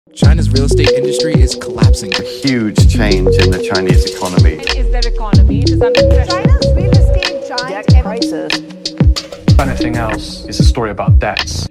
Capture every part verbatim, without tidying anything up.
China's real estate industry is collapsing. A huge change in the Chinese economy. Is their economy? It is under pressure. China's real estate giant Debt crisis. Anything else is a story about debts.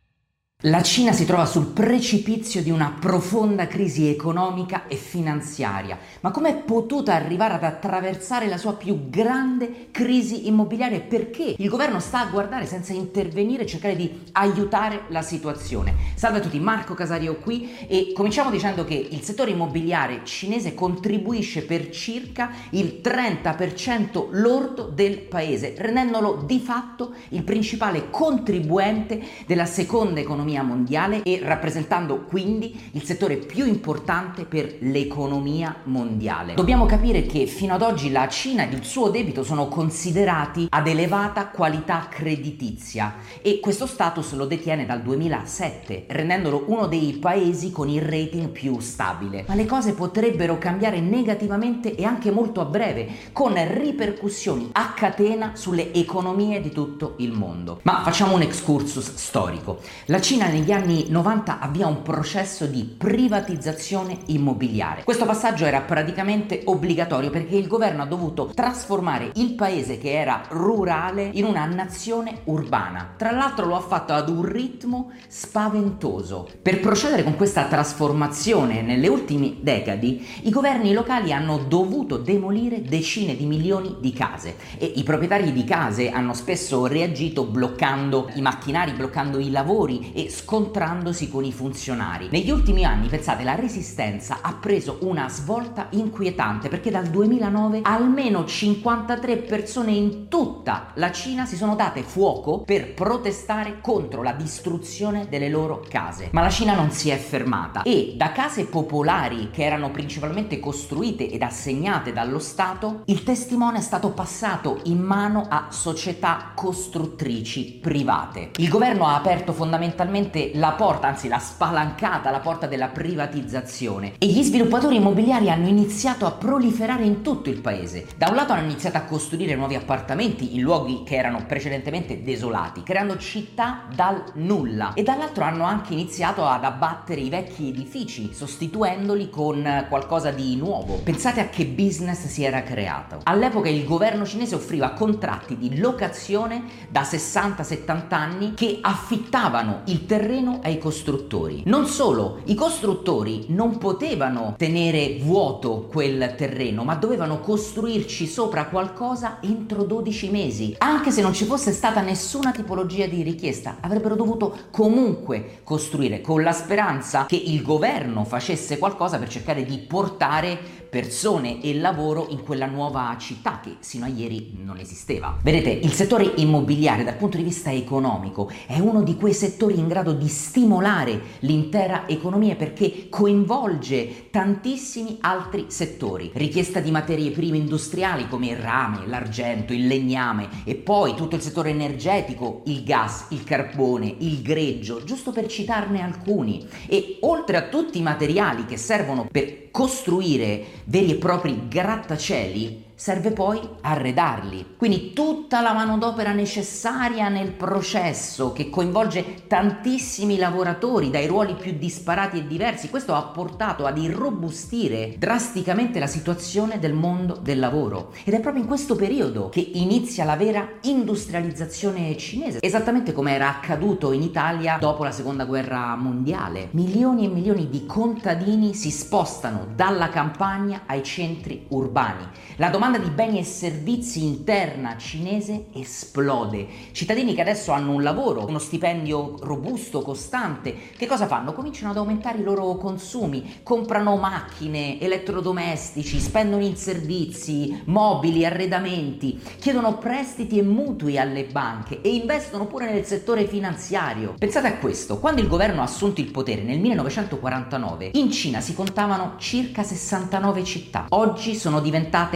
La Cina si trova sul precipizio di una profonda crisi economica e finanziaria. Ma come è potuta arrivare ad attraversare la sua più grande crisi immobiliare? Perché il governo sta a guardare senza intervenire e cercare di aiutare la situazione? Salve a tutti, Marco Casario qui e cominciamo dicendo che il settore immobiliare cinese contribuisce per circa il trenta per cento lordo del paese, rendendolo di fatto il principale contribuente della seconda economia mondiale e rappresentando quindi il settore più importante per l'economia mondiale. Dobbiamo capire che fino ad oggi la Cina ed il suo debito sono considerati ad elevata qualità creditizia e questo status lo detiene dal duemilasette, rendendolo uno dei paesi con il rating più stabile. Ma le cose potrebbero cambiare negativamente e anche molto a breve, con ripercussioni a catena sulle economie di tutto il mondo. Ma facciamo un excursus storico. La Cina negli anni novanta avvia un processo di privatizzazione immobiliare. Questo passaggio era praticamente obbligatorio perché il governo ha dovuto trasformare il paese che era rurale in una nazione urbana. Tra l'altro lo ha fatto ad un ritmo spaventoso. Per procedere con questa trasformazione nelle ultime decadi, i governi locali hanno dovuto demolire decine di milioni di case e i proprietari di case hanno spesso reagito bloccando i macchinari, bloccando i lavori e scontrandosi con i funzionari. Negli ultimi anni, pensate, la resistenza ha preso una svolta inquietante perché dal duemilanove almeno cinquantatré persone in tutta la Cina si sono date fuoco per protestare contro la distruzione delle loro case. Ma la Cina non si è fermata e da case popolari che erano principalmente costruite ed assegnate dallo Stato, il testimone è stato passato in mano a società costruttrici private. Il governo ha aperto fondamentalmente la porta, anzi l'ha spalancata la porta della privatizzazione e gli sviluppatori immobiliari hanno iniziato a proliferare in tutto il paese. Da un lato hanno iniziato a costruire nuovi appartamenti in luoghi che erano precedentemente desolati, creando città dal nulla, e dall'altro hanno anche iniziato ad abbattere i vecchi edifici sostituendoli con qualcosa di nuovo. Pensate a che business si era creato. All'epoca il governo cinese offriva contratti di locazione da sessanta settanta anni che affittavano il terreno ai costruttori. Non solo, i costruttori non potevano tenere vuoto quel terreno, ma dovevano costruirci sopra qualcosa entro dodici mesi. Anche se non ci fosse stata nessuna tipologia di richiesta, avrebbero dovuto comunque costruire, con la speranza che il governo facesse qualcosa per cercare di portare persone e lavoro in quella nuova città che sino a ieri non esisteva. Vedete, il settore immobiliare dal punto di vista economico è uno di quei settori in grado di stimolare l'intera economia perché coinvolge tantissimi altri settori. Richiesta di materie prime industriali come il rame, l'argento, il legname e poi tutto il settore energetico, il gas, il carbone, il greggio, giusto per citarne alcuni. E oltre a tutti i materiali che servono per costruire veri e propri grattacieli, serve poi arredarli. Quindi tutta la manodopera necessaria nel processo che coinvolge tantissimi lavoratori dai ruoli più disparati e diversi. Questo ha portato ad irrobustire drasticamente la situazione del mondo del lavoro ed è proprio in questo periodo che inizia la vera industrializzazione cinese, esattamente come era accaduto in Italia dopo la seconda guerra mondiale. Milioni e milioni di contadini si spostano dalla campagna ai centri urbani. La domanda di beni e servizi interna cinese esplode. Cittadini che adesso hanno un lavoro, uno stipendio robusto, costante, che cosa fanno? Cominciano ad aumentare i loro consumi, comprano macchine, elettrodomestici, spendono in servizi, mobili, arredamenti, chiedono prestiti e mutui alle banche e investono pure nel settore finanziario. Pensate a questo, quando il governo ha assunto il potere nel millenovecentoquarantanove, in Cina si contavano circa sessantanove città. Oggi sono diventate sette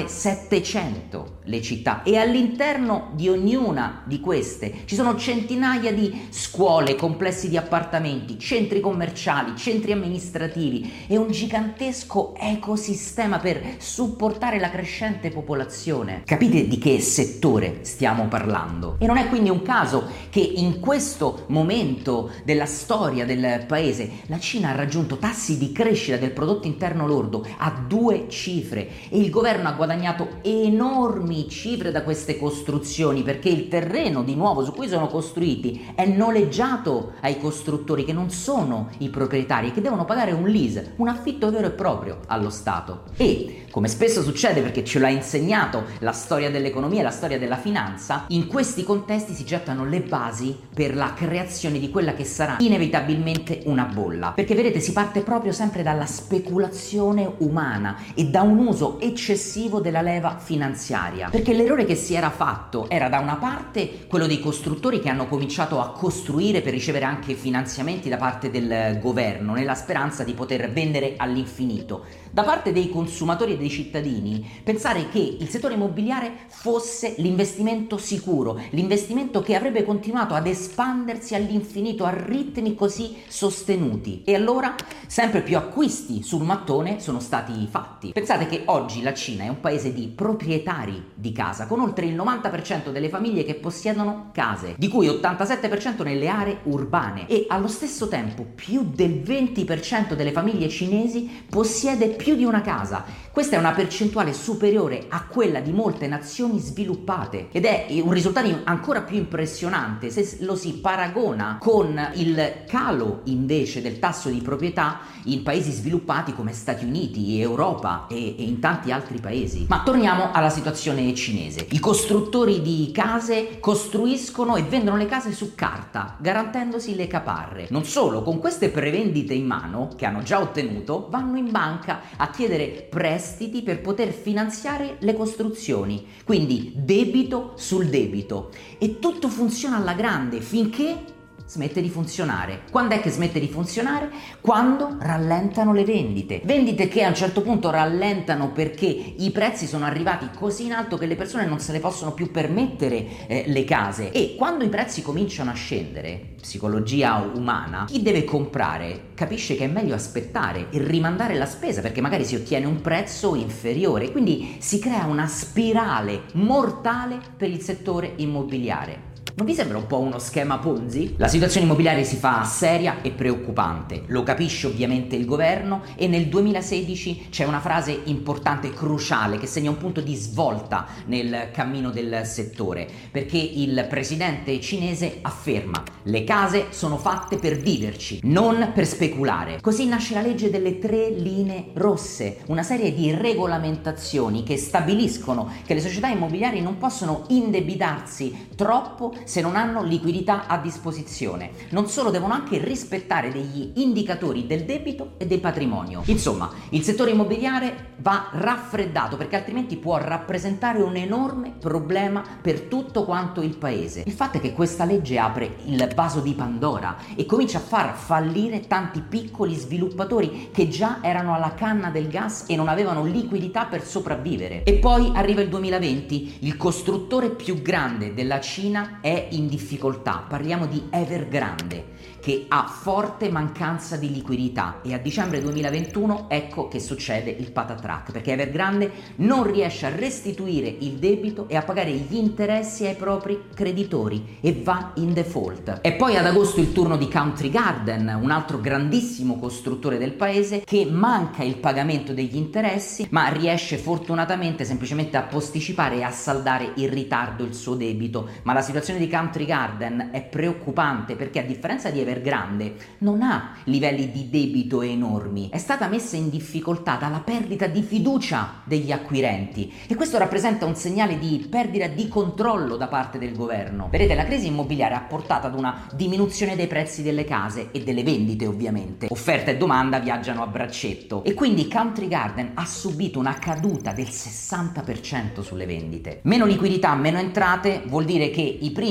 settecento le città e all'interno di ognuna di queste ci sono centinaia di scuole, complessi di appartamenti, centri commerciali, centri amministrativi e un gigantesco ecosistema per supportare la crescente popolazione. Capite di che settore stiamo parlando? E non è quindi un caso che in questo momento della storia del paese la Cina ha raggiunto tassi di crescita del prodotto interno lordo a due cifre e il governo ha guadagnato enormi cifre da queste costruzioni, perché il terreno di nuovo su cui sono costruiti è noleggiato ai costruttori che non sono i proprietari e che devono pagare un lease, un affitto vero e proprio allo Stato. E come spesso succede, perché ce l'ha insegnato la storia dell'economia e la storia della finanza, in questi contesti si gettano le basi per la creazione di quella che sarà inevitabilmente una bolla, perché vedete si parte proprio sempre dalla speculazione umana e da un uso eccessivo della leva finanziaria, perché l'errore che si era fatto era da una parte quello dei costruttori che hanno cominciato a costruire per ricevere anche finanziamenti da parte del governo nella speranza di poter vendere all'infinito, da parte dei consumatori e dei cittadini pensare che il settore immobiliare fosse l'investimento sicuro, l'investimento che avrebbe continuato ad espandersi all'infinito a ritmi così sostenuti, e allora sempre più acquisti sul mattone sono stati fatti. Pensate che oggi la Cina è un paese di proprietari di casa, con oltre il novanta per cento delle famiglie che possiedono case, di cui ottantasette per cento nelle aree urbane, e allo stesso tempo più del venti per cento delle famiglie cinesi possiede più di una casa. Questa è una percentuale superiore a quella di molte nazioni sviluppate ed è un risultato ancora più impressionante se lo si paragona con il calo invece del tasso di proprietà in paesi sviluppati come Stati Uniti, Europa e, e in tanti altri paesi. Ma torniamo alla situazione cinese. I costruttori di case costruiscono e vendono le case su carta, garantendosi le caparre. Non solo, con queste prevendite in mano che hanno già ottenuto, vanno in banca a chiedere prestiti per poter finanziare le costruzioni, quindi debito sul debito, e tutto funziona alla grande finché smette di funzionare. Quando è che smette di funzionare? Quando rallentano le vendite. Vendite che a un certo punto rallentano perché i prezzi sono arrivati così in alto che le persone non se le possono più permettere eh, le case, e quando i prezzi cominciano a scendere, psicologia umana, chi deve comprare capisce che è meglio aspettare e rimandare la spesa perché magari si ottiene un prezzo inferiore, quindi si crea una spirale mortale per il settore immobiliare. Non vi sembra un po' uno schema Ponzi? La situazione immobiliare si fa seria e preoccupante, lo capisce ovviamente il governo, e nel duemilasedici c'è una frase importante e cruciale che segna un punto di svolta nel cammino del settore, perché il presidente cinese afferma: le case sono fatte per viverci, non per speculare. Così nasce la legge delle tre linee rosse, una serie di regolamentazioni che stabiliscono che le società immobiliari non possono indebitarsi troppo se non hanno liquidità a disposizione. Non solo, devono anche rispettare degli indicatori del debito e del patrimonio. Insomma, il settore immobiliare va raffreddato perché altrimenti può rappresentare un enorme problema per tutto quanto il paese. Il fatto è che questa legge apre il vaso di Pandora e comincia a far fallire tanti piccoli sviluppatori che già erano alla canna del gas e non avevano liquidità per sopravvivere. E poi arriva il duemilaventi, il costruttore più grande della Cina è in difficoltà. Parliamo di Evergrande, che ha forte mancanza di liquidità, e a dicembre duemilaventuno ecco che succede il patatrac, perché Evergrande non riesce a restituire il debito e a pagare gli interessi ai propri creditori e va in default. E poi ad agosto il turno di Country Garden, un altro grandissimo costruttore del paese, che manca il pagamento degli interessi ma riesce fortunatamente semplicemente a posticipare e a saldare in ritardo il suo debito. Ma la situazione di Country Garden è preoccupante perché, a differenza di Evergrande, non ha livelli di debito enormi, è stata messa in difficoltà dalla perdita di fiducia degli acquirenti, e questo rappresenta un segnale di perdita di controllo da parte del governo. Vedete, la crisi immobiliare ha portato ad una diminuzione dei prezzi delle case e delle vendite, ovviamente. Offerta e domanda viaggiano a braccetto, e quindi Country Garden ha subito una caduta del sessanta per cento sulle vendite. Meno liquidità, meno entrate vuol dire che i primi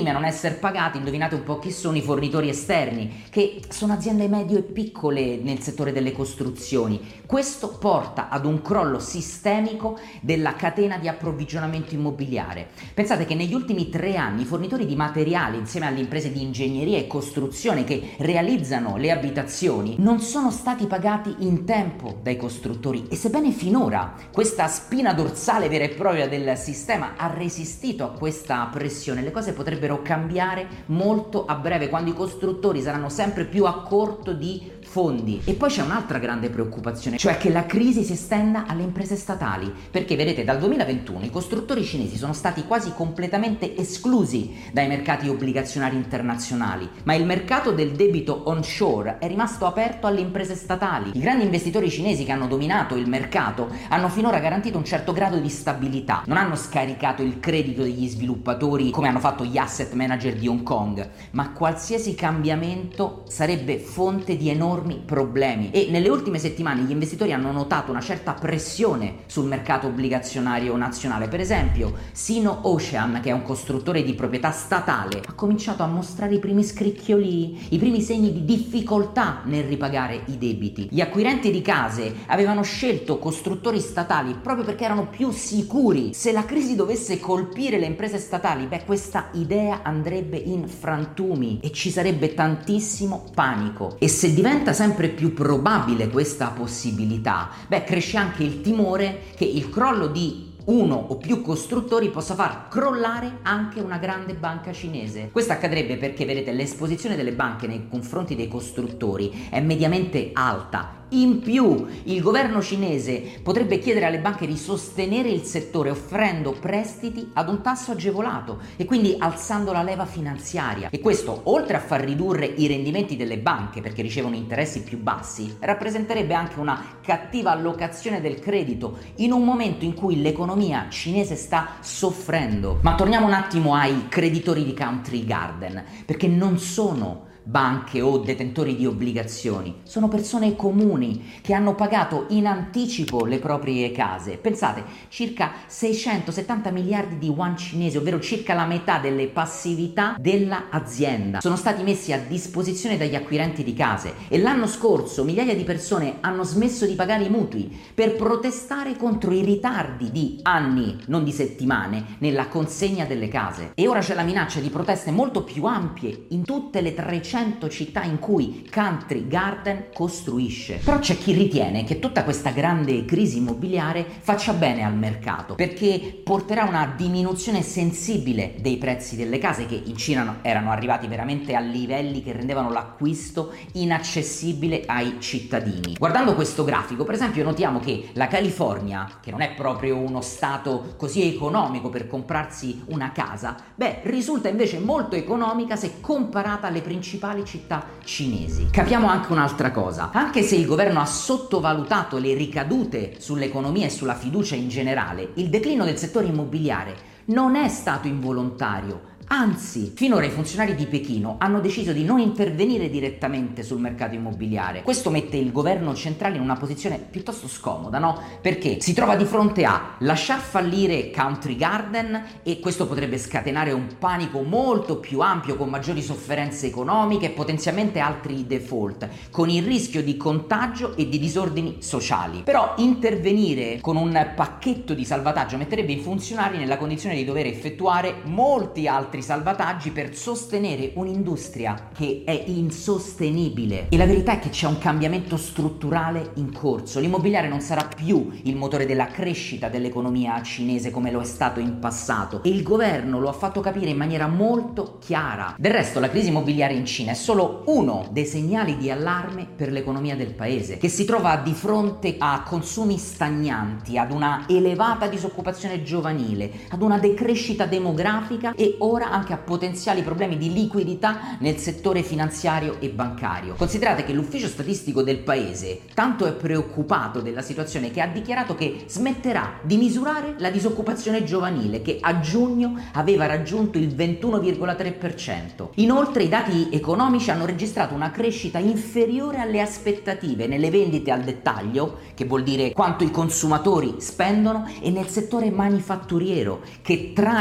primi a non essere pagati, indovinate un po' chi sono? I fornitori esterni, che sono aziende medio e piccole nel settore delle costruzioni. Questo porta ad un crollo sistemico della catena di approvvigionamento immobiliare. Pensate che negli ultimi tre anni i fornitori di materiali, insieme alle imprese di ingegneria e costruzione che realizzano le abitazioni, non sono stati pagati in tempo dai costruttori, e sebbene finora questa spina dorsale vera e propria del sistema ha resistito a questa pressione, le cose potrebbero cambiare molto a breve, quando i costruttori saranno sempre più a corto di fondi. E poi c'è un'altra grande preoccupazione, cioè che la crisi si estenda alle imprese statali, perché vedete, dal duemilaventuno i costruttori cinesi sono stati quasi completamente esclusi dai mercati obbligazionari internazionali, ma il mercato del debito onshore è rimasto aperto alle imprese statali. I grandi investitori cinesi che hanno dominato il mercato hanno finora garantito un certo grado di stabilità, non hanno scaricato il credito degli sviluppatori come hanno fatto gli asset manager di Hong Kong, ma qualsiasi cambiamento sarebbe fonte di enormi problemi. E nelle ultime settimane gli investitori hanno notato una certa pressione sul mercato obbligazionario nazionale. Per esempio, Sino-Ocean, che è un costruttore di proprietà statale, ha cominciato a mostrare i primi scricchioli, i primi segni di difficoltà nel ripagare i debiti. Gli acquirenti di case avevano scelto costruttori statali proprio perché erano più sicuri. Se la crisi dovesse colpire le imprese statali, beh, questa idea andrebbe in frantumi e ci sarebbe tantissimo panico. E se diventa sempre più probabile questa possibilità, beh, cresce anche il timore che il crollo di uno o più costruttori possa far crollare anche una grande banca cinese. Questo accadrebbe perché, vedete, l'esposizione delle banche nei confronti dei costruttori è mediamente alta. In più, il governo cinese potrebbe chiedere alle banche di sostenere il settore offrendo prestiti ad un tasso agevolato e quindi alzando la leva finanziaria. E questo, oltre a far ridurre i rendimenti delle banche perché ricevono interessi più bassi, rappresenterebbe anche una cattiva allocazione del credito in un momento in cui l'economia cinese sta soffrendo. Ma torniamo un attimo ai creditori di Country Garden, perché non sono banche o detentori di obbligazioni, sono persone comuni che hanno pagato in anticipo le proprie case. Pensate, circa seicentosettanta miliardi di yuan cinesi, ovvero circa la metà delle passività dell'azienda, sono stati messi a disposizione dagli acquirenti di case, e l'anno scorso migliaia di persone hanno smesso di pagare i mutui per protestare contro i ritardi di anni, non di settimane, nella consegna delle case. E ora c'è la minaccia di proteste molto più ampie in tutte le trecento città in cui Country Garden costruisce. Però c'è chi ritiene che tutta questa grande crisi immobiliare faccia bene al mercato, perché porterà a una diminuzione sensibile dei prezzi delle case, che in Cina erano arrivati veramente a livelli che rendevano l'acquisto inaccessibile ai cittadini. Guardando questo grafico, per esempio, notiamo che la California, che non è proprio uno stato così economico per comprarsi una casa, beh, risulta invece molto economica se comparata alle principali città cinesi. Capiamo anche un'altra cosa: anche se il governo ha sottovalutato le ricadute sull'economia e sulla fiducia in generale, il declino del settore immobiliare non è stato involontario. Anzi, finora i funzionari di Pechino hanno deciso di non intervenire direttamente sul mercato immobiliare. Questo mette il governo centrale in una posizione piuttosto scomoda, no? Perché si trova di fronte a lasciar fallire Country Garden, e questo potrebbe scatenare un panico molto più ampio con maggiori sofferenze economiche e potenzialmente altri default, con il rischio di contagio e di disordini sociali. Però intervenire con un pacchetto di salvataggio metterebbe i funzionari nella condizione di dover effettuare molti altri salvataggi per sostenere un'industria che è insostenibile. E la verità è che c'è un cambiamento strutturale in corso. L'immobiliare non sarà più il motore della crescita dell'economia cinese come lo è stato in passato, e il governo lo ha fatto capire in maniera molto chiara. Del resto, la crisi immobiliare in Cina è solo uno dei segnali di allarme per l'economia del paese, che si trova di fronte a consumi stagnanti, ad una elevata disoccupazione giovanile, ad una decrescita demografica e ora anche a potenziali problemi di liquidità nel settore finanziario e bancario. Considerate che l'ufficio statistico del paese tanto è preoccupato della situazione che ha dichiarato che smetterà di misurare la disoccupazione giovanile, che a giugno aveva raggiunto il ventuno virgola tre per cento. Inoltre i dati economici hanno registrato una crescita inferiore alle aspettative nelle vendite al dettaglio, che vuol dire quanto i consumatori spendono, e nel settore manifatturiero, che traina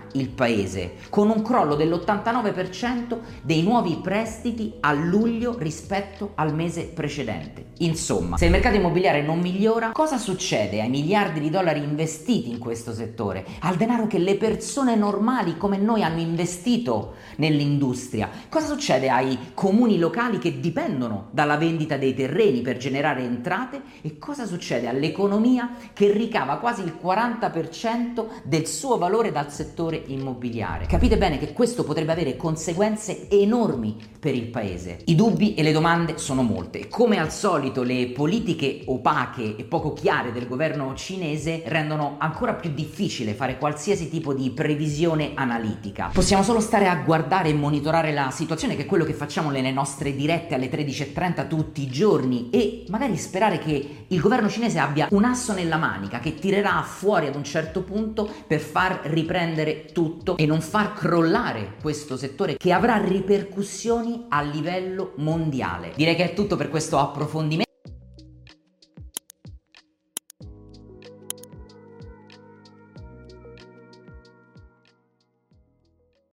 il paese, con un crollo dell'ottantanove per cento dei nuovi prestiti a luglio rispetto al mese precedente. Insomma, se il mercato immobiliare non migliora, cosa succede ai miliardi di dollari investiti in questo settore, al denaro che le persone normali come noi hanno investito nell'industria? Cosa succede ai comuni locali che dipendono dalla vendita dei terreni per generare entrate? E cosa succede all'economia che ricava quasi il quaranta per cento del suo valore dal settore immobiliare? Capite bene che questo potrebbe avere conseguenze enormi per il paese. I dubbi e le domande sono molte. Come al solito, le politiche opache e poco chiare del governo cinese rendono ancora più difficile fare qualsiasi tipo di previsione analitica. Possiamo solo stare a guardare e monitorare la situazione, che è quello che facciamo nelle nostre dirette alle tredici e trenta tutti i giorni, e magari sperare che il governo cinese abbia un asso nella manica che tirerà fuori ad un certo punto per far riprendere tutto e non far crollare questo settore che avrà ripercussioni a livello mondiale. Direi che è tutto per questo approfondimento.